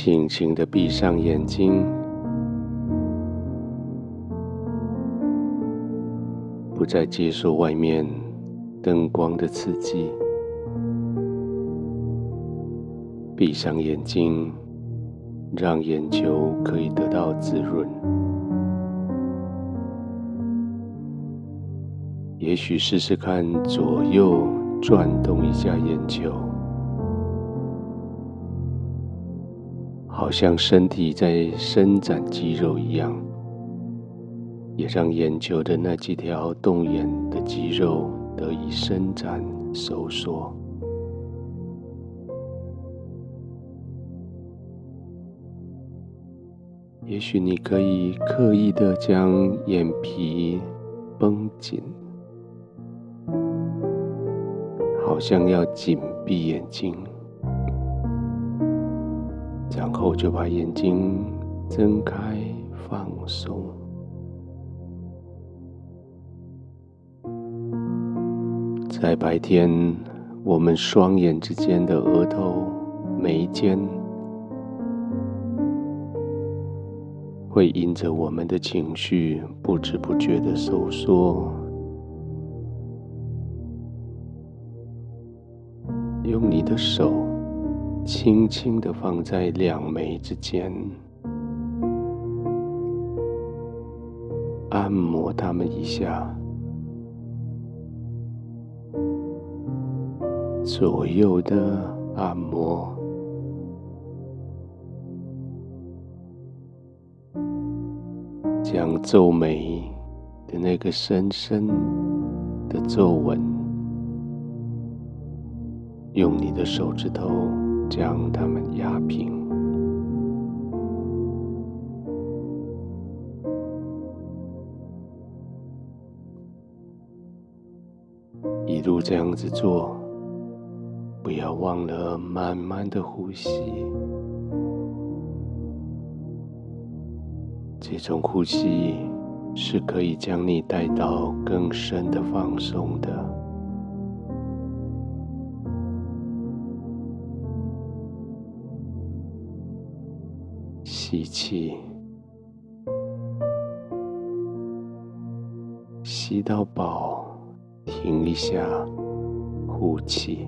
轻轻地闭上眼睛，不再接受外面灯光的刺激。闭上眼睛，让眼球可以得到滋润。也许试试看左右转动一下眼球，好像身体在伸展肌肉一样，也让眼球的那几条动眼的肌肉得以伸展收缩。也许你可以刻意地将眼皮绷紧，好像要紧闭眼睛，然后就把眼睛睁开放松。在白天，我们双眼之间的额头、眉间会因着我们的情绪不知不觉地收缩。用你的手轻轻地放在两眉之间，按摩它们一下，左右的按摩，将皱眉的那个深深的皱纹，用你的手指头将它们压平。一路这样子做，不要忘了慢慢的呼吸。这种呼吸是可以将你带到更深的放松的。吸气，吸到饱，停一下，呼气。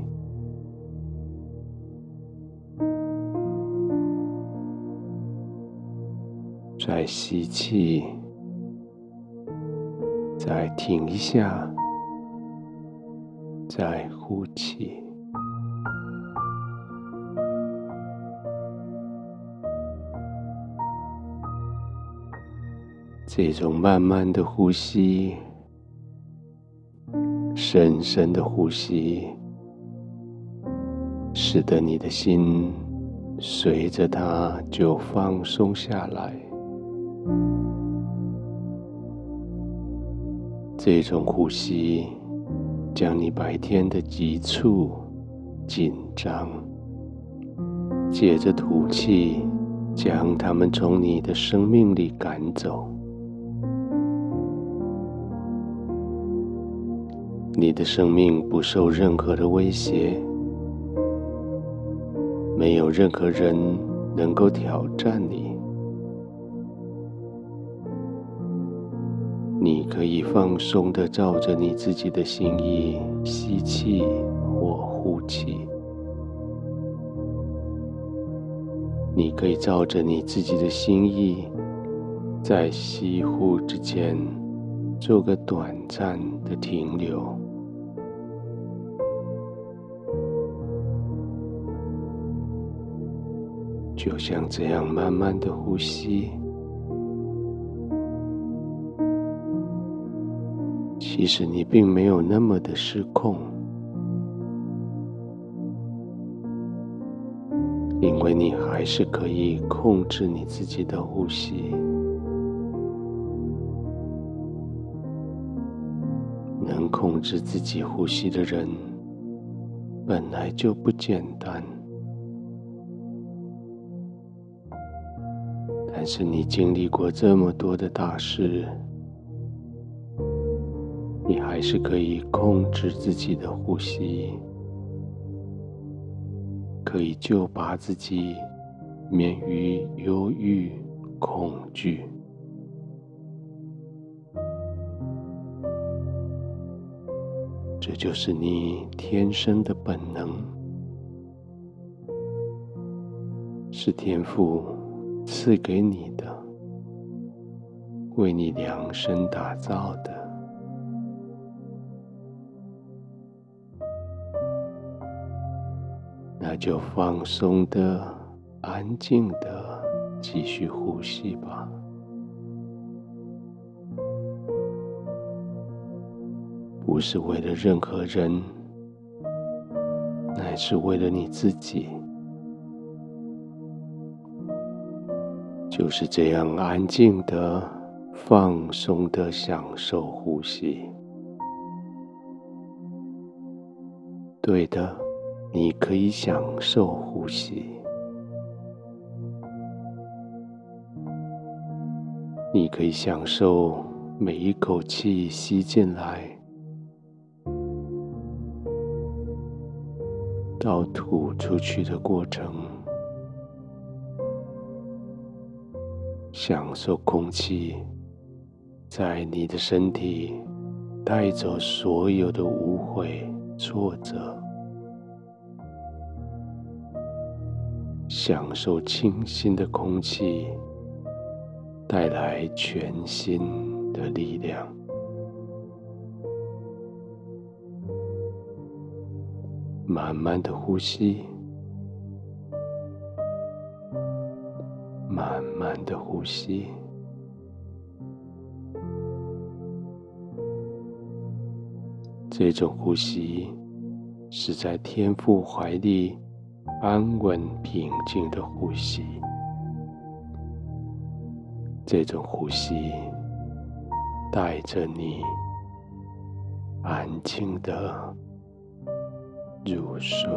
再吸气，再停一下，再呼气。这种慢慢的呼吸，深深的呼吸，使得你的心随着它就放松下来。这种呼吸将你白天的急促、紧张，借着吐气将它们从你的生命里赶走。你的生命不受任何的威胁，没有任何人能够挑战你。你可以放松地照着你自己的心意吸气或呼气。你可以照着你自己的心意，在吸呼之间做个短暂的停留。就像这样慢慢的呼吸，其实你并没有那么的失控，因为你还是可以控制你自己的呼吸。能控制自己呼吸的人，本来就不简单。但是你经历过这么多的大事，你还是可以控制自己的呼吸，可以就把自己免于忧郁、恐惧。这就是你天生的本能，是天父赐给你的，为你量身打造的。那就放松的、安静的继续呼吸吧。不是为了任何人，乃是为了你自己。就是这样安静的、放松的享受呼吸。对的，你可以享受呼吸。你可以享受每一口气吸进来，到吐出去的过程，享受空气在你的身体带走所有的无悔、挫折，享受清新的空气带来全新的力量。慢慢的呼吸，慢慢的呼吸。这种呼吸是在天父怀里安稳平静的呼吸。这种呼吸带着你安静的入睡。